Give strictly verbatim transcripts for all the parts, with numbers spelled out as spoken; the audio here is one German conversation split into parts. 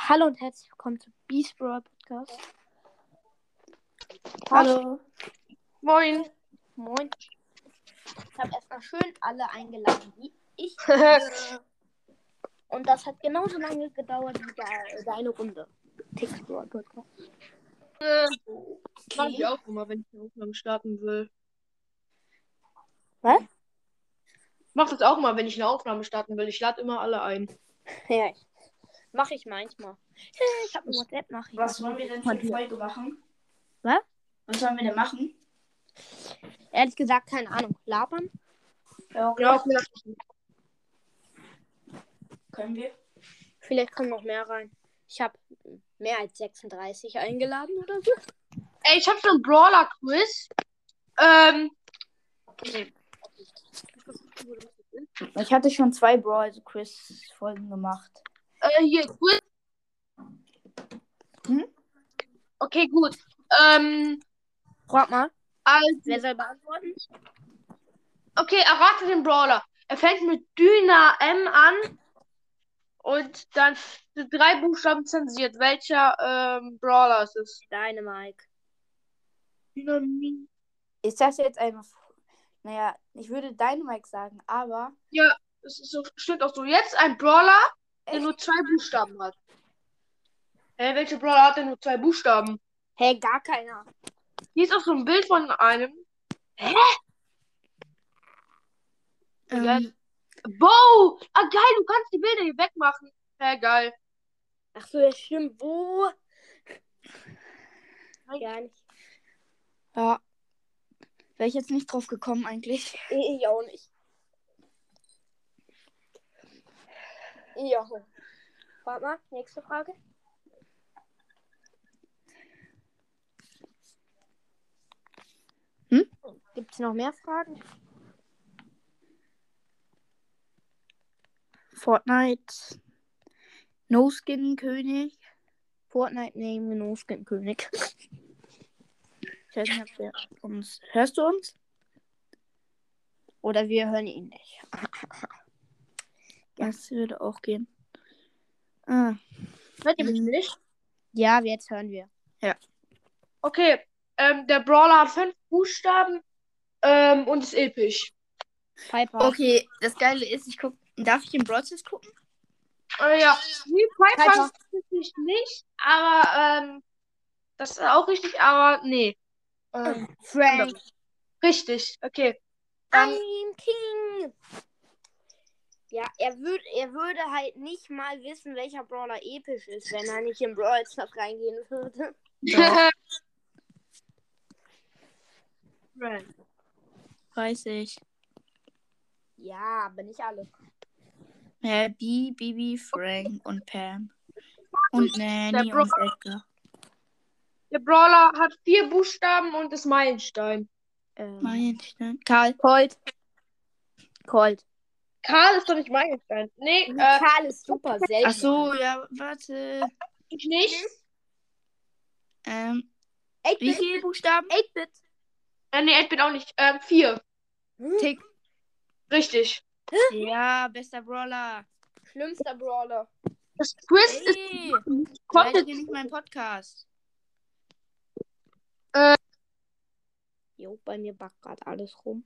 Hallo und herzlich willkommen zum Beast Brawl Podcast. Hallo. Moin. Moin. Ich habe erstmal schön alle eingeladen, wie ich. Und das hat genauso lange gedauert wie de- deine Runde. Tix Brawl Podcast. Äh, Mach ich auch immer, wenn ich eine Aufnahme starten will. Was? Ich mach das auch mal, wenn ich eine Aufnahme starten will. Ich lade immer alle ein. Ja, ich, mach ich manchmal. Ich habe eine WhatsApp-Nachricht. Was wollen wir denn für eine Folge machen? Was? Was sollen wir denn machen? Ehrlich gesagt, keine Ahnung. Labern? Ja, okay. Ja, okay. Können wir? Vielleicht kommen noch mehr rein. Ich habe mehr als sechsunddreißig eingeladen oder so. Ey, ich hab so ein Brawler-Quiz. Ähm. Ich hatte schon zwei Brawl-Quiz-Folgen gemacht. Äh, hier, Quiz. Hm? Okay, gut. Ähm. Frag mal. Also, Wer soll beantworten? okay, errate den Brawler. Er fängt mit Dyna M an. Und dann sind drei Buchstaben zensiert. Welcher ähm, Brawler ist es? Deine Mike. Dynamit. Ist das jetzt eine... Naja, ich würde Dynamite sagen, aber... Ja, das ist so, steht auch so. Jetzt ein Brawler, der Echt? nur zwei Buchstaben hat. Hä, welcher Brawler hat denn nur zwei Buchstaben? Hey, gar keiner. Hier ist auch so ein Bild von einem. Hä? Ähm, Wow! Ah, geil, du kannst die Bilder hier wegmachen. Hä, geil. Ach so, ja, stimmt. Wo? Gar nicht. ja. Wäre ich jetzt nicht drauf gekommen eigentlich. Ich auch nicht. Ja. Warte mal, nächste Frage. Hm? Gibt es noch mehr Fragen? Fortnite. No-Skin-König. Fortnite Name No Skin König. Ich weiß nicht, ob der uns... Hörst du uns? Oder wir hören ihn nicht. Das würde auch gehen. Ah. Hört ihr mich Mhm. nicht? Ja, jetzt hören wir. Okay, ähm, der Brawler hat fünf Buchstaben ähm, und ist episch. Piper. Okay, das Geile ist, ich guck... Darf ich im Brawl Stars gucken? Äh, ja, nee, Piper Piper. ist richtig nicht, aber ähm, das ist auch richtig, aber nee. Ähm, Frank. richtig, okay. Dann, I'm King. Ja, er, würd, er würde halt nicht mal wissen, welcher Brawler episch ist, wenn er nicht in Brawl Stars reingehen würde. Doch. Frank. Weiß ich. Ja, aber nicht alle. Ja, Bi, Bibi, Frank und Pam. Und Nanny Der und Edgar. Der Brawler hat vier Buchstaben und ist Meilenstein. Ähm, Meilenstein. Karl. Colt. Colt. Karl ist doch nicht Meilenstein. Nee, äh, Karl ist super selten. Ach so, ja, warte. ich nicht. Ähm, wie acht-Bit. viele Buchstaben? acht-Bit. Äh, nee, acht-Bit auch nicht. Ähm, vier. Tick. Richtig. Ja, bester Brawler. Schlimmster Brawler. Das Quiz ist Hey, kommt leider jetzt. nicht mein Podcast. Jo, bei mir backt gerade alles rum.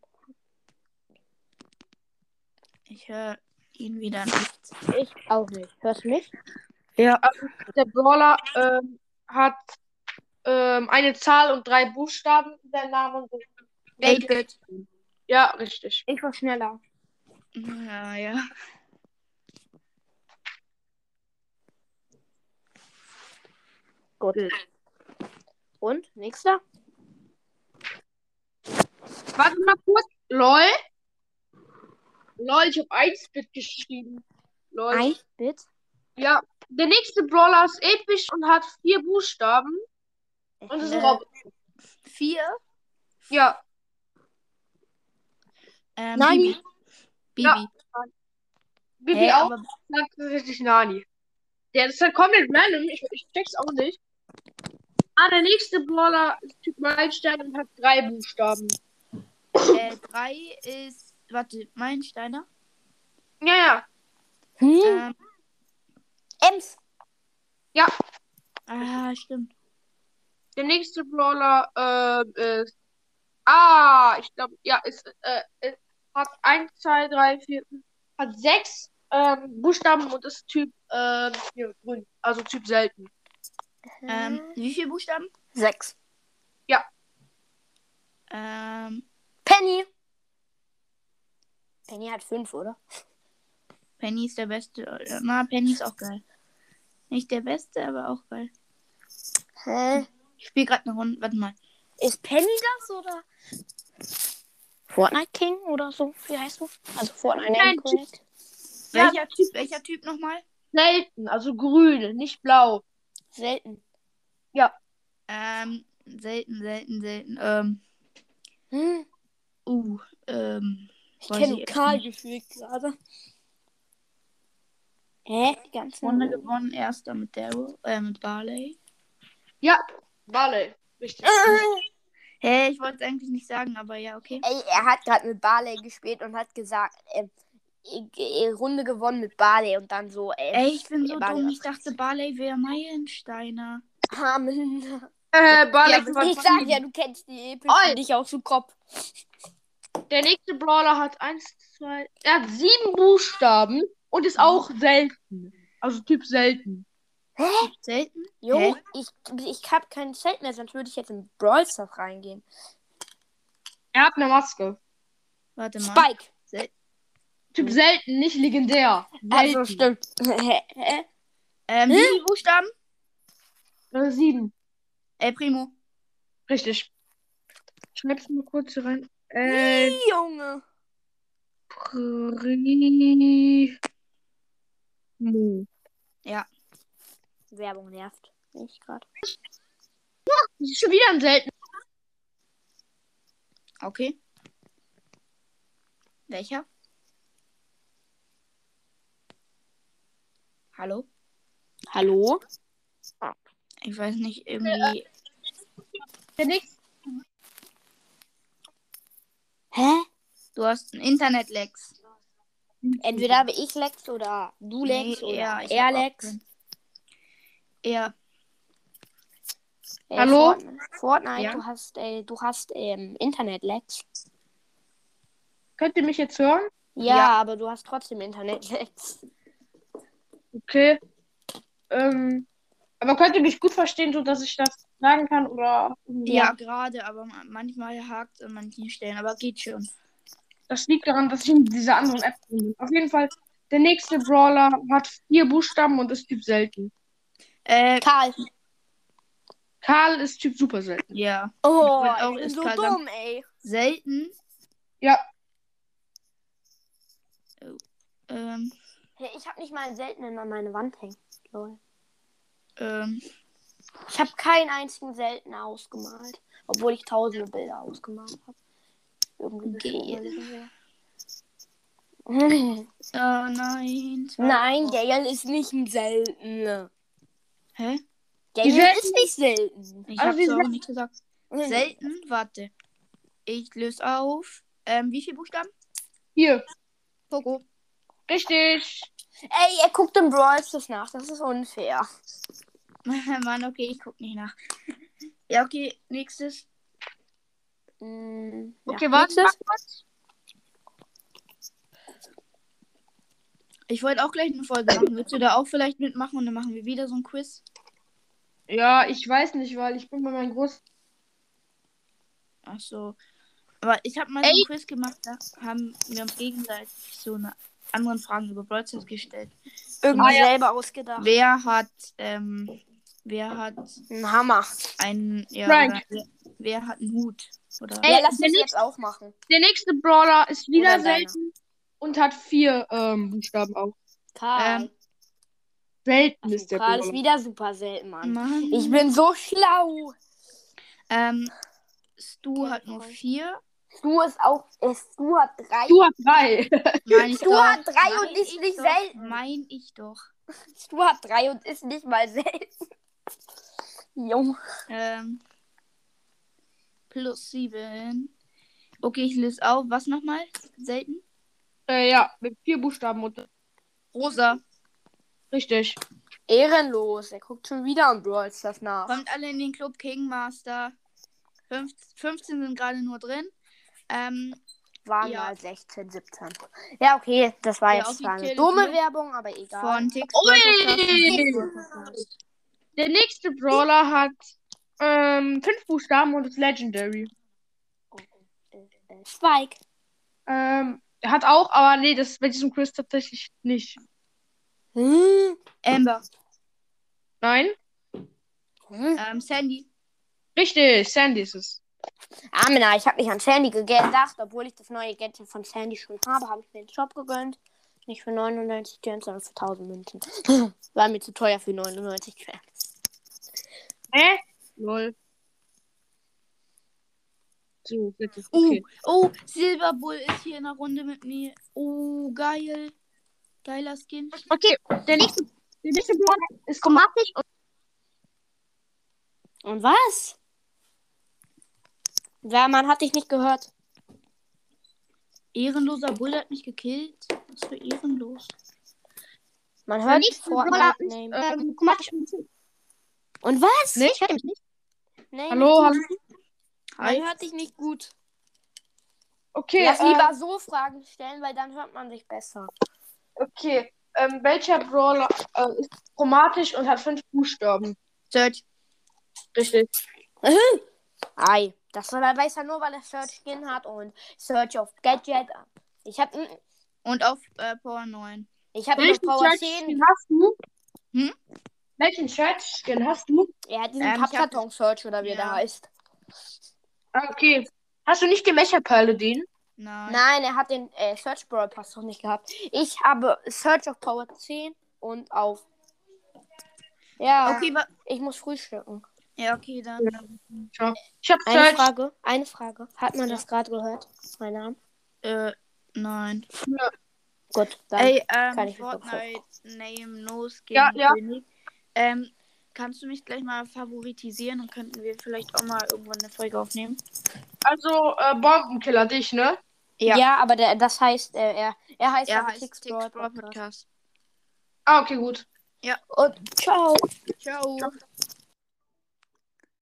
Ich höre ihn wieder nicht. Ich auch nicht. Hörst du mich? Ja. Der Brawler ähm, hat ähm, eine Zahl und drei Buchstaben in seinem Namen. acht-Bit. Ja, richtig. Ich war schneller. Ja, ja. Gut. Und? Nächster? Warte mal kurz. LOL. LOL, ich habe eins-Bit geschrieben. LOL. acht-Bit. Ja, der nächste Brawler ist episch und hat vier Buchstaben. Und ist ein Äh, Roboter. Vier. Ja. Ähm, Nani. Bibi. Bibi. Ja. Bibi Hä, auch. aber Sagt richtig Nani. Der ist halt komplett random. Ich, ich check's auch nicht. Ah, der nächste Brawler ist Typ Meilenstein und hat drei Buchstaben. äh, drei ist. Warte, Meilensteiner? Ja, ja. Hm? Ähm, Ems. Ja, Ah, stimmt. der nächste Brawler äh, ist. Ah, ich glaube, ja, ist, äh, ist, hat eins, zwei, drei, vier, hat sechs ähm, Buchstaben und ist Typ ähm, hier, grün. Also Typ selten. Ähm, wie viele Buchstaben? Sechs. Ja. Ähm, Penny. Penny hat fünf, oder? Penny ist der Beste. Na, Penny ist auch geil. Nicht der Beste, aber auch geil. Hä? Ich spiele gerade eine Runde. Warte mal. Ist Penny das, oder? Fortnite King oder so? Wie heißt du? Also Fortnite Name Nein, Correct. Welcher Typ? Welcher Typ nochmal? Selten, also grün, nicht blau. Selten. Ja. Ähm, selten, selten, selten. Ähm, Hm. uh, ähm. Ich weiß kenne ich echt Karl nicht. gefühlt gerade. Hä? Die ganzen. Runde gewonnen, erster mit Daryl, äh, mit Barley. Ja, Barley. Richtig. Äh, Hä, hey, ich wollte es eigentlich nicht sagen, aber ja, okay. Ey, er hat gerade mit Barley gespielt und hat gesagt, äh, äh, Runde gewonnen mit Barley und dann so, äh, Ey, ich bin so Barley dumm. war Ich dachte, Barley wäre Meilensteiner. Hameln. Äh, Barley Ja, aber Ich sag ja, du kennst die epischen Oi. nicht aus dem Kopf. Der nächste Brawler hat eins, zwei, er hat sieben Buchstaben und ist auch selten. Also Typ selten. Hä? Selten? Jo, Hä? ich, ich hab kein Zelt mehr, sonst würde ich jetzt in Brawl Stars reingehen. Er hat eine Maske. Warte mal. Spike. Sel Typ Hm. selten, nicht legendär. Selten. Also stimmt. Hä? Hä? ähm, Hä? wie viele Buchstaben? Äh, sieben. Äh, Primo. Richtig. Schreib's mal kurz hier rein. Äh, Junge. Primo. Ja. Werbung nervt mich gerade. Das ist schon wieder ein selten. Okay. Welcher? Hallo? Hallo? Ich weiß nicht, irgendwie. Der nächste. Hä? Du hast ein Internet-Lex. Entweder habe ich Lex oder du Lex Nee, oder er, ich er hab auch Lex. keinen. Er. Äh, Hallo? Fortnite, Fortnite Ja? du hast, äh, du hast ähm, Internet-Lex. Könnt ihr mich jetzt hören? Ja, Ja. aber du hast trotzdem Internet-Lex. Okay. Ähm, aber könnt ihr mich gut verstehen, so dass ich das sagen kann oder? Ja, gerade, aber ma- manchmal hakt es an manchen Stellen, aber geht schon. Das liegt daran, dass ich in dieser anderen App bin. Auf jeden Fall, der nächste Brawler hat vier Buchstaben und ist Typ selten. Äh, Karl. Karl ist Typ super selten. ja. Oh, wollte auch ich bin erst so Karl sagen. dumm, ey. Selten. Ja, Ähm, Hey, ich habe nicht mal einen seltenen an meine Wand hängen. Lol. ähm, Ich habe keinen einzigen seltenen ausgemalt. Obwohl ich tausende Bilder ausgemalt habe. Irgendwie Gale. geschoben. Oh nein. zwei- Nein, Gale ist nicht ein seltener. Hä? Die Gale selten- ist nicht selten. Ich Also hab's die auch Sel- nicht gesagt. Selten? Warte. Ich löse auf. Ähm, wie viele Buchstaben? hier. Poco. Richtig. Ey, er guckt im Brawl Stars nach. Das ist unfair. Mann, okay, ich guck nicht nach. Ja, okay, nächstes. Mm, Okay, ja. warte. Nächstes? Ich wollte auch gleich eine Folge machen. Willst du da auch vielleicht mitmachen und dann machen wir wieder so ein Quiz? Ja, ich weiß nicht, weil ich bin bei meinem Groß. Ach so. Aber ich habe mal so ein Quiz gemacht, da haben wir uns gegenseitig so eine anderen Fragen über Brawl Stars gestellt. Irgendwie Ah, ja. selber ausgedacht. Wer hat, ähm, wer hat Ein Hammer. einen, ja, Frank. oder wer, wer hat einen Hut? Oder? Ey, Ja, lass der uns nächste- jetzt auch machen. Der nächste Brawler ist wieder Oder deiner. selten und hat vier ähm, Buchstaben auch. Karl. Ähm, Selten Achso, ist der Karl ist Brawler. wieder super selten, Mann. Mann. Ich bin so schlau. Ähm, Stu Okay, hat nur voll. vier. Stu ist auch. Äh, Stu hat drei. Du hast drei. Mein ich Stu doch. hat drei Mein und ist ich nicht doch. selten. Mein ich doch. Stu hat drei und ist nicht mal selten. Junge. Ähm, plus sieben. Okay, ich löse auf. Was nochmal? Selten? äh, ja, mit vier Buchstaben und Rosa. richtig. Ehrenlos. Er guckt schon wieder an Brawl Stars nach. Kommt alle in den Club King Master. Fünf, fünfzehn sind gerade nur drin. Ähm, Waren ja. mal sechzehn, siebzehn. Ja, okay, das war Der jetzt zwar eine offizielle dumme Club Werbung, aber egal. von Tix Ui! Brawl Podcast und Tix Brawl Podcast. Der nächste Brawler hat ähm, fünf Buchstaben und ist Legendary. Äh, Spike. Ähm, er hat auch, aber nee, das ist bei diesem Quiz tatsächlich nicht. Hm? Amber. Nein? Hm? Ähm, Sandy. Richtig, Sandy ist es. Amina, ich habe mich an Sandy gedacht, obwohl ich das neue Gadget von Sandy schon habe, habe ich mir den Shop gegönnt. Nicht für neunundneunzig Gems, sondern für tausend Münzen. War mir zu teuer für neunundneunzig Gems. Hä? Lol. So, bitte. Okay. Oh, oh, Silberbull ist hier in der Runde mit mir. Oh, geil. Geiler Skin. Okay, der nächste, der nächste Brawler ist chromatisch und Und was? Ja, man hat dich nicht gehört. Ehrenloser Bull hat mich gekillt. Was für ehrenlos. Man der hört nächste Brawler ist Fortnite-Name. ähm, chromatisch und Und was? Nee, ich höre mich nicht. Nee, Hallo, nicht hallo. gut. Hi. Man hört dich nicht gut. Okay, Lass äh, lieber so Fragen stellen, weil dann hört man dich besser. okay. Ähm, welcher Brawler äh, ist chromatisch und hat fünf Buchstaben? Search. Richtig. Ei, das soll er weiß er nur, weil er Search Skin hat und Search auf Gadget. Ich hab, Und auf äh, Power neun. ich hab nur Welchen Power Search zehn. Skin hast du? Hm? Welchen Search Skin hast du? Er hat diesen Ähm, ich hab- Pappkarton Search oder wie Ja. der heißt. Ah, okay. Hast du nicht den Mecha-Perle, den? Nein. Nein, er hat den äh, Search Brawl Pass noch nicht gehabt. Ich habe Search auf Power zehn und auf. Ja, Okay, wa- ich muss frühstücken. ja, okay, dann. Ciao. Ich hab Eine Search. Frage, eine Frage. Hat man das gerade gehört? Mein Name? Äh, nein. Gut, dann. Ey, kann ähm, ich mich Fortnite Name No Skin Ja, ja. König. Ähm, kannst du mich gleich mal favoritisieren und könnten wir vielleicht auch mal irgendwann eine Folge aufnehmen? Also, äh, Bombenkiller, dich, ne? Ja, Ja. aber der, das heißt, äh, er, er heißt Er aber heißt Tix Tix Brawl Brawl Podcast. Podcast. Ah, okay, gut. Und ciao. Ciao.